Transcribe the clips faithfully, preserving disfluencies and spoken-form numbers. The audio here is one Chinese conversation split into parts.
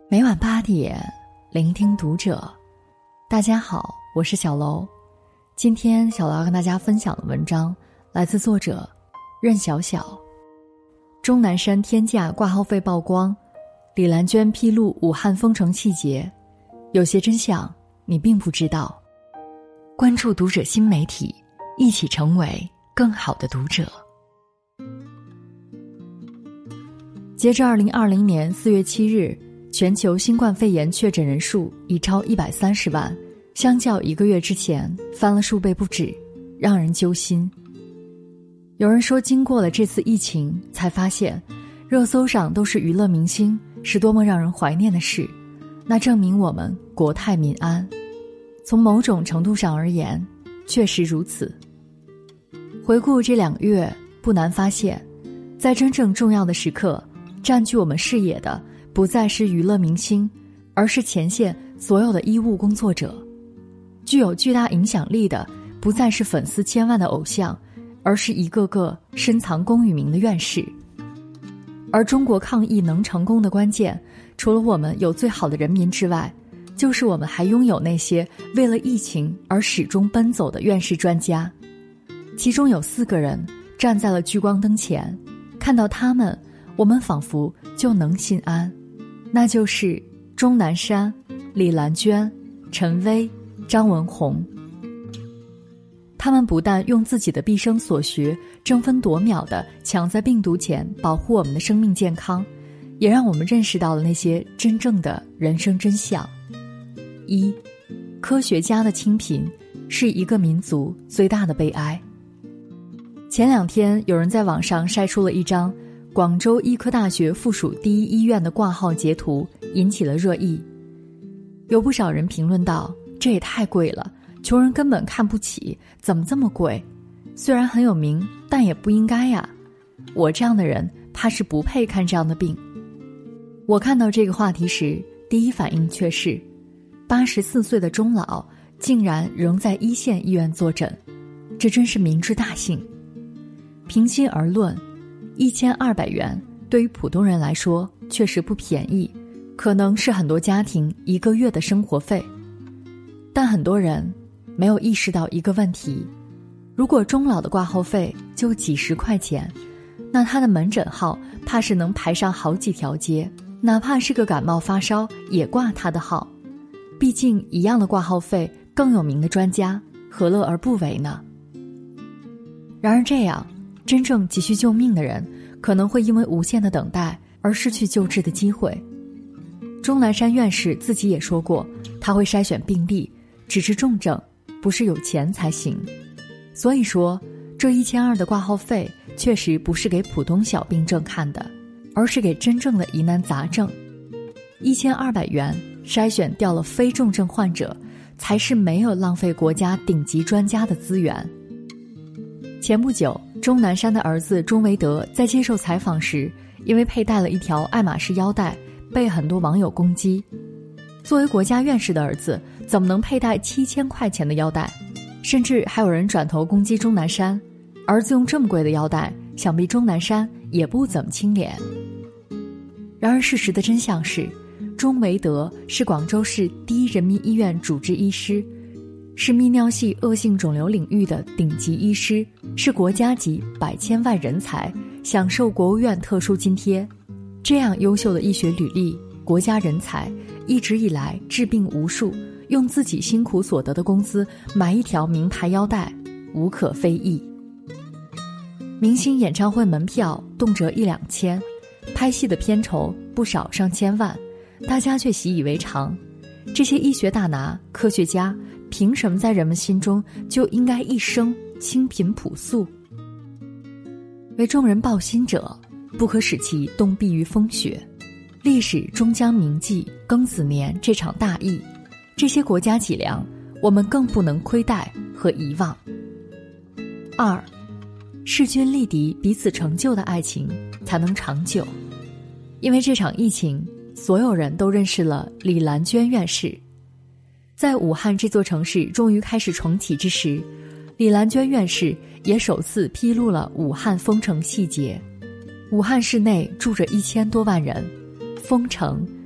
每晚八点，聆听读者。大家好，我是小楼。今天小楼要跟大家分享的文章来自作者任小小。钟南山天价挂号费曝光，李兰娟披露武汉封城细节，有些真相你并不知道。关注读者新媒体，一起成为更好的读者。截至二零二零年四月七日，全球新冠肺炎确诊人数已超一百三十万，相较一个月之前翻了数倍不止，让人揪心。有人说，经过了这次疫情，才发现热搜上都是娱乐明星，是多么让人怀念的事。那证明我们国泰民安。从某种程度上而言，确实如此。回顾这两个月，不难发现，在真正重要的时刻，占据我们视野的不再是娱乐明星，而是前线所有的医务工作者。具有巨大影响力的不再是粉丝千万的偶像，而是一个个深藏功与名的院士。而中国抗疫能成功的关键，除了我们有最好的人民之外，就是我们还拥有那些为了疫情而始终奔走的院士专家。其中有四个人站在了聚光灯前，看到他们，我们仿佛就能心安。那就是钟南山、李兰娟、陈薇、张文宏。他们不但用自己的毕生所学争分夺秒地抢在病毒前保护我们的生命健康，也让我们认识到了那些真正的人生真相。一，科学家的清贫是一个民族最大的悲哀。前两天有人在网上晒出了一张广州医科大学附属第一医院的挂号截图，引起了热议。有不少人评论道，这也太贵了，穷人根本看不起，怎么这么贵？虽然很有名，但也不应该呀。我这样的人怕是不配看这样的病。我看到这个话题时，第一反应却是八十四岁的钟老竟然仍在一线医院坐诊，这真是明智大幸。平心而论，一千二百元对于普通人来说确实不便宜，可能是很多家庭一个月的生活费。但很多人没有意识到一个问题，如果钟老的挂号费就几十块钱，那他的门诊号怕是能排上好几条街，哪怕是个感冒发烧也挂他的号。毕竟一样的挂号费，更有名的专家何乐而不为呢？然而这样，真正急需救命的人可能会因为无限的等待而失去救治的机会。钟南山院士自己也说过，他会筛选病例，只治重症，不是有钱才行。所以说，这一千二的挂号费确实不是给普通小病症看的，而是给真正的疑难杂症。一千二百元筛选掉了非重症患者，才是没有浪费国家顶级专家的资源。前不久，钟南山的儿子钟维德在接受采访时，因为佩戴了一条爱马仕腰带，被很多网友攻击。作为国家院士的儿子，怎么能佩戴七千块钱的腰带？甚至还有人转头攻击钟南山，儿子用这么贵的腰带，想必钟南山也不怎么清廉。然而事实的真相是，钟维德是广州市第一人民医院主治医师，是泌尿系恶性肿瘤领域的顶级医师，是国家级百千万人才，享受国务院特殊津贴。这样优秀的医学履历，国家人才，一直以来治病无数，用自己辛苦所得的工资买一条名牌腰带，无可非议。明星演唱会门票动辄一两千，拍戏的片酬不少上千万，大家却习以为常。这些医学大拿、科学家，凭什么在人们心中就应该一生清贫朴素？为众人抱薪者，不可使其冻毙于风雪。历史终将铭记庚子年这场大疫，这些国家脊梁，我们更不能亏待和遗忘。二，势均力敌、彼此成就的爱情才能长久。因为这场疫情，所有人都认识了李兰娟院士。在武汉这座城市终于开始重启之时，李兰娟院士也首次披露了武汉封城细节。武汉市内住着一千多万人，封城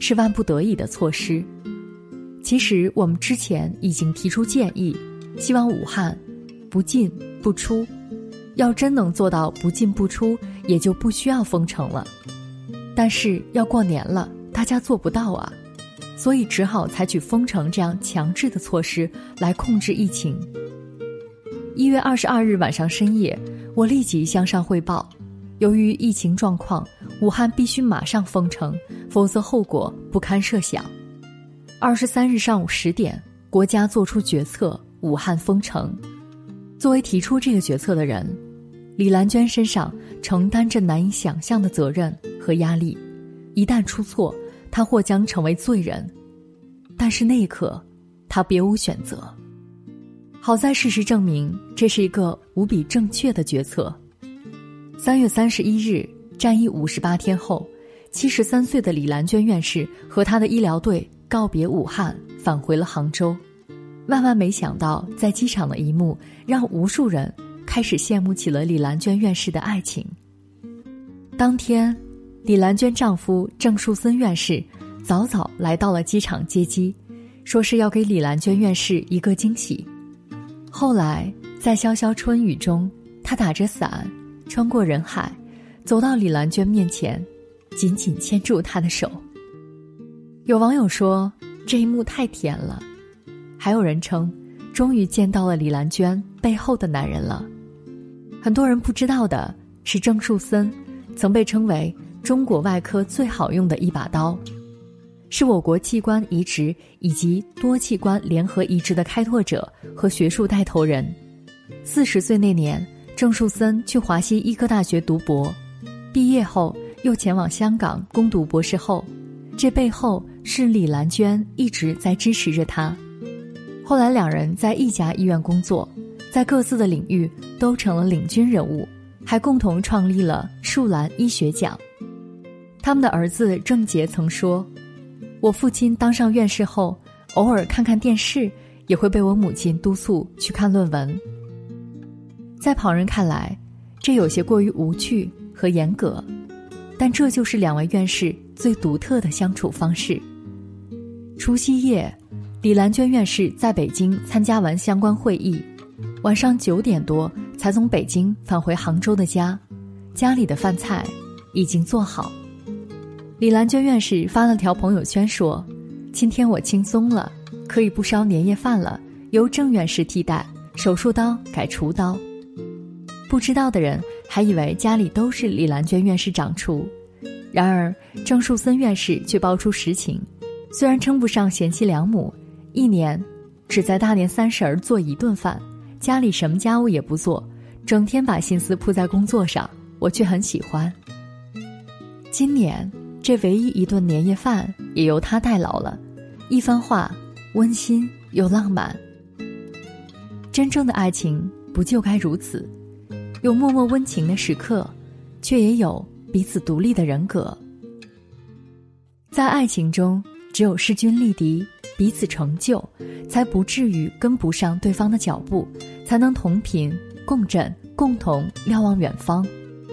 是万不得已的措施。其实我们之前已经提出建议，希望武汉不进不出，要真能做到不进不出，也就不需要封城了。但是要过年了，大家做不到啊，所以只好采取封城这样强制的措施来控制疫情。一月二十二日晚上深夜，我立即向上汇报，由于疫情状况，武汉必须马上封城，否则后果不堪设想。二十三日上午十点，国家做出决策，武汉封城。作为提出这个决策的人，李兰娟身上承担着难以想象的责任和压力，一旦出错，她或将成为罪人。但是那一刻，她别无选择。好在事实证明，这是一个无比正确的决策。三月三十一日，战役五十八天后，七十三岁的李兰娟院士和她的医疗队告别武汉，返回了杭州。万万没想到，在机场的一幕让无数人开始羡慕起了李兰娟院士的爱情。当天，李兰娟丈夫郑树森院士早早来到了机场接机，说是要给李兰娟院士一个惊喜。后来在潇潇春雨中，他打着伞穿过人海，走到李兰娟面前，紧紧牵住她的手。有网友说这一幕太甜了，还有人称终于见到了李兰娟背后的男人了。很多人不知道的是，郑树森曾被称为中国外科最好用的一把刀，是我国器官移植以及多器官联合移植的开拓者和学术带头人。四十岁那年，郑树森去华西医科大学读博，毕业后又前往香港攻读博士后，这背后是李兰娟一直在支持着他。后来两人在一家医院工作，在各自的领域都成了领军人物，还共同创立了树兰医学奖。他们的儿子郑杰曾说，我父亲当上院士后，偶尔看看电视，也会被我母亲督促去看论文。在旁人看来，这有些过于无趣和严格，但这就是两位院士最独特的相处方式。除夕夜，李兰娟院士在北京参加完相关会议，晚上九点多才从北京返回杭州的家，家里的饭菜已经做好。李兰娟院士发了条朋友圈说，今天我轻松了，可以不烧年夜饭了，由郑院士替代，手术刀改厨刀。不知道的人还以为家里都是李兰娟院士掌厨，然而郑树森院士却爆出实情，虽然称不上贤妻良母，一年只在大年三十儿做一顿饭，家里什么家务也不做，整天把心思扑在工作上，我却很喜欢。今年这唯一一顿年夜饭也由他代劳了，一番话温馨又浪漫。真正的爱情不就该如此，有默默温情的时刻，却也有彼此独立的人格。在爱情中，只有势均力敌，彼此成就，才不至于跟不上对方的脚步，才能同频共振，共同瞭望远方。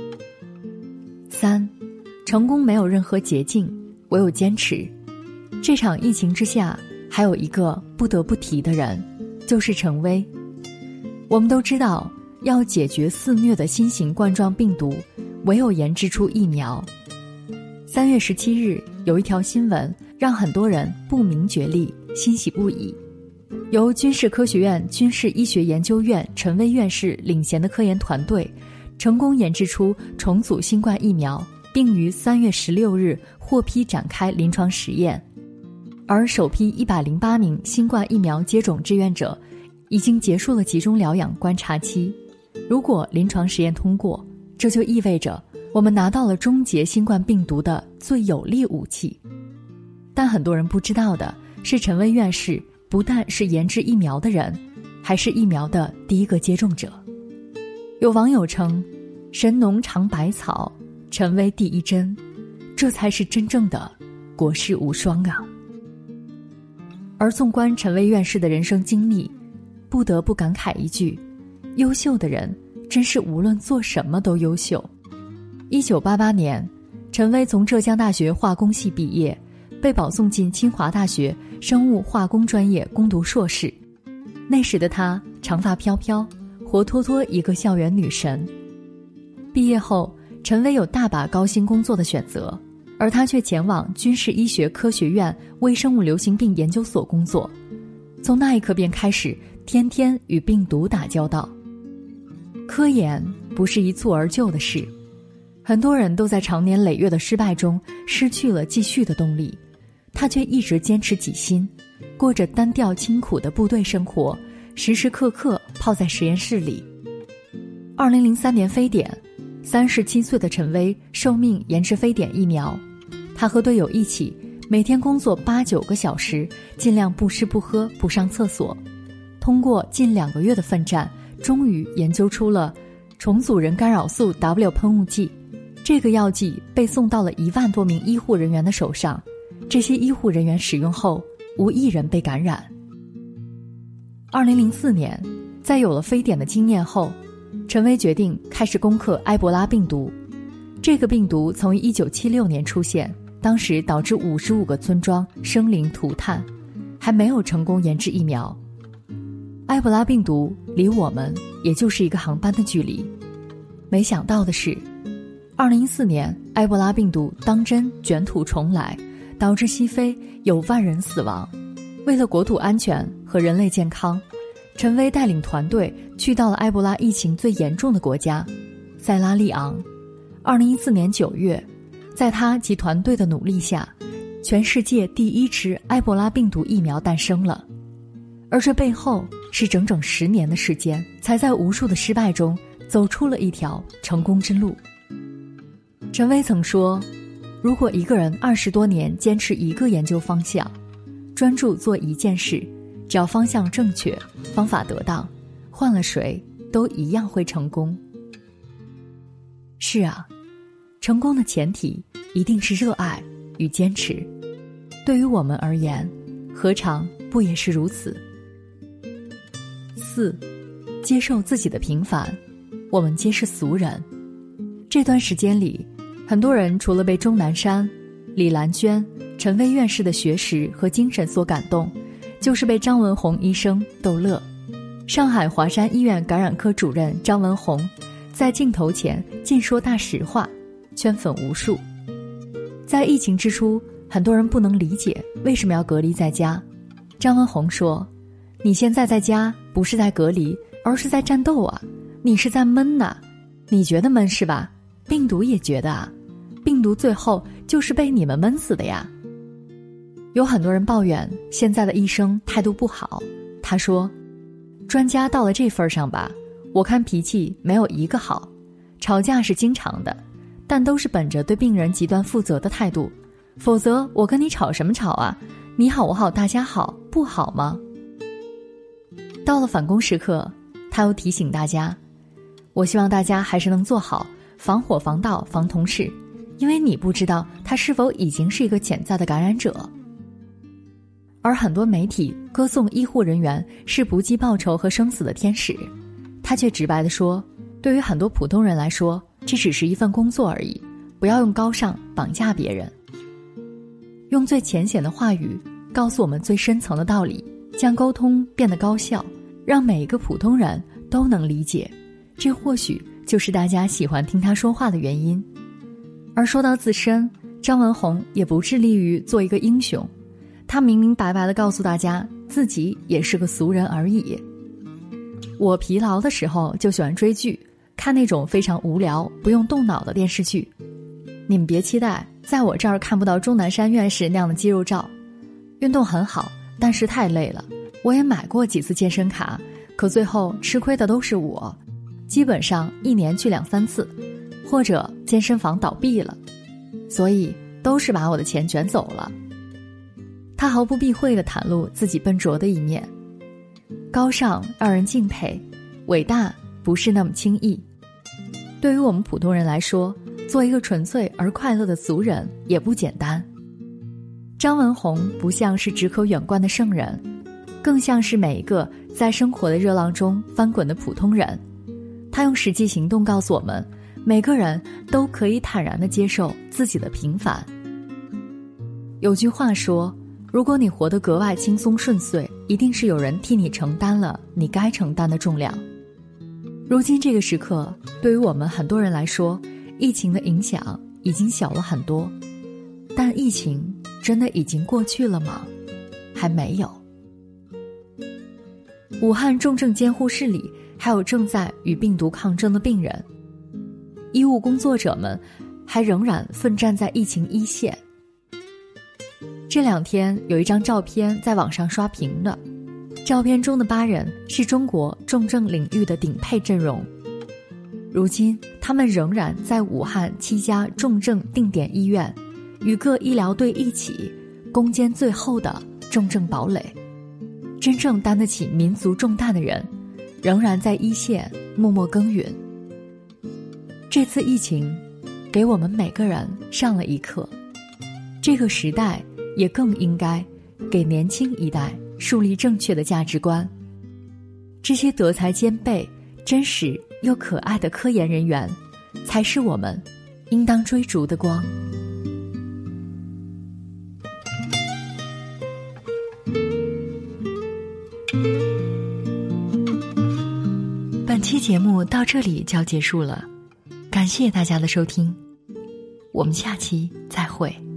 三，成功没有任何捷径，唯有坚持。这场疫情之下，还有一个不得不提的人，就是陈薇。我们都知道，要解决肆虐的新型冠状病毒，唯有研制出疫苗。三月十七日，有一条新闻让很多人不明觉厉，欣喜不已。由军事科学院军事医学研究院陈薇院士领衔的科研团队，成功研制出重组新冠疫苗，并于三月十六日获批展开临床实验。而首批一百零八名新冠疫苗接种志愿者已经结束了集中疗养观察期。如果临床实验通过，这就意味着我们拿到了终结新冠病毒的最有力武器。但很多人不知道的是，陈薇院士不但是研制疫苗的人，还是疫苗的第一个接种者。有网友称，神农尝百草，陈薇第一针，这才是真正的国士无双啊。而纵观陈薇院士的人生经历，不得不感慨一句，优秀的人真是无论做什么都优秀。一九八八年，陈薇从浙江大学化工系毕业， 被保送进清华大学生物化工专业攻读硕士。那时的她长发飘飘，活脱脱一个校园女神。毕业后，陈薇有大把高薪工作的选择，而她却前往军事医学科学院微生物流行病研究所工作。从那一刻便开始天天与病毒打交道。科研不是一蹴而就的事，很多人都在长年累月的失败中失去了继续的动力，他却一直坚持己心，过着单调清苦的部队生活，时时刻刻泡在实验室里。二零零三年非典，三十七岁的陈薇受命研制非典疫苗，他和队友一起每天工作八九个小时，尽量不吃不喝不上厕所。通过近两个月的奋战，终于研究出了重组人干扰素 W 喷雾剂。这个药剂被送到了一万多名医护人员的手上，这些医护人员使用后，无一人被感染。二零零四年，在有了非典的经验后，陈薇决定开始攻克埃博拉病毒。这个病毒从一九七六年出现，当时导致五十五个村庄生灵涂炭，还没有成功研制疫苗。埃博拉病毒离我们也就是一个航班的距离。没想到的是，二零一四年埃博拉病毒当真卷土重来，导致西非有万人死亡。为了国土安全和人类健康，陈薇带领团队去到了埃博拉疫情最严重的国家塞拉利昂。二零一四年九月，在他及团队的努力下，全世界第一支埃博拉病毒疫苗诞生了。而这背后是整整十年的时间，才在无数的失败中走出了一条成功之路。陈薇曾说，如果一个人二十多年坚持一个研究方向，专注做一件事，只要方向正确，方法得当，换了谁都一样会成功。是啊，成功的前提一定是热爱与坚持。对于我们而言，何尝不也是如此？四，接受自己的平凡，我们皆是俗人。这段时间里，很多人除了被钟南山、李兰娟、陈薇院士的学识和精神所感动，就是被张文宏医生逗乐。上海华山医院感染科主任张文宏在镜头前尽说大实话，圈粉无数。在疫情之初，很多人不能理解为什么要隔离在家。张文宏说，你现在在家不是在隔离，而是在战斗啊，你是在闷呐、啊、你觉得闷是吧？病毒也觉得啊，病毒最后就是被你们闷死的呀。有很多人抱怨现在的医生态度不好，他说，专家到了这份上吧，我看脾气没有一个好，吵架是经常的，但都是本着对病人极端负责的态度，否则我跟你吵什么吵啊？你好我好大家好，不好吗？到了返工时刻，他又提醒大家，我希望大家还是能做好防火防盗防同事，因为你不知道他是否已经是一个潜在的感染者。而很多媒体歌颂医护人员是不计报酬和生死的天使，他却直白地说，对于很多普通人来说，这只是一份工作而已，不要用高尚绑架别人。用最浅显的话语告诉我们最深层的道理，将沟通变得高效，让每一个普通人都能理解，这或许就是大家喜欢听他说话的原因。而说到自身，张文宏也不致力于做一个英雄，他明明白白地告诉大家，自己也是个俗人而已。我疲劳的时候就喜欢追剧，看那种非常无聊不用动脑的电视剧。你们别期待在我这儿看不到钟南山院士那样的肌肉照。运动很好，但是太累了，我也买过几次健身卡，可最后吃亏的都是我，基本上一年去两三次，或者健身房倒闭了，所以都是把我的钱卷走了。他毫不避讳地袒露自己笨拙的一面，高尚让人敬佩，伟大不是那么轻易。对于我们普通人来说，做一个纯粹而快乐的俗人也不简单。张文宏不像是只可远观的圣人，更像是每一个在生活的热浪中翻滚的普通人。他用实际行动告诉我们，每个人都可以坦然地接受自己的平凡。 有句话说，如果你活得格外轻松顺遂，一定是有人替你承担了你该承担的重量。如今这个时刻，对于我们很多人来说，疫情的影响已经小了很多，但疫情真的已经过去了吗？还没有。武汉重症监护室里还有正在与病毒抗争的病人，医务工作者们还仍然奋战在疫情一线。这两天有一张照片在网上刷屏的，照片中的八人是中国重症领域的顶配阵容。如今他们仍然在武汉七家重症定点医院与各医疗队一起攻坚最后的重症堡垒。真正担得起民族重担的人仍然在一线默默耕耘。这次疫情给我们每个人上了一课，这个时代也更应该给年轻一代树立正确的价值观。这些德才兼备、真实又可爱的科研人员，才是我们应当追逐的光。本期节目到这里就要结束了，感谢大家的收听，我们下期再会。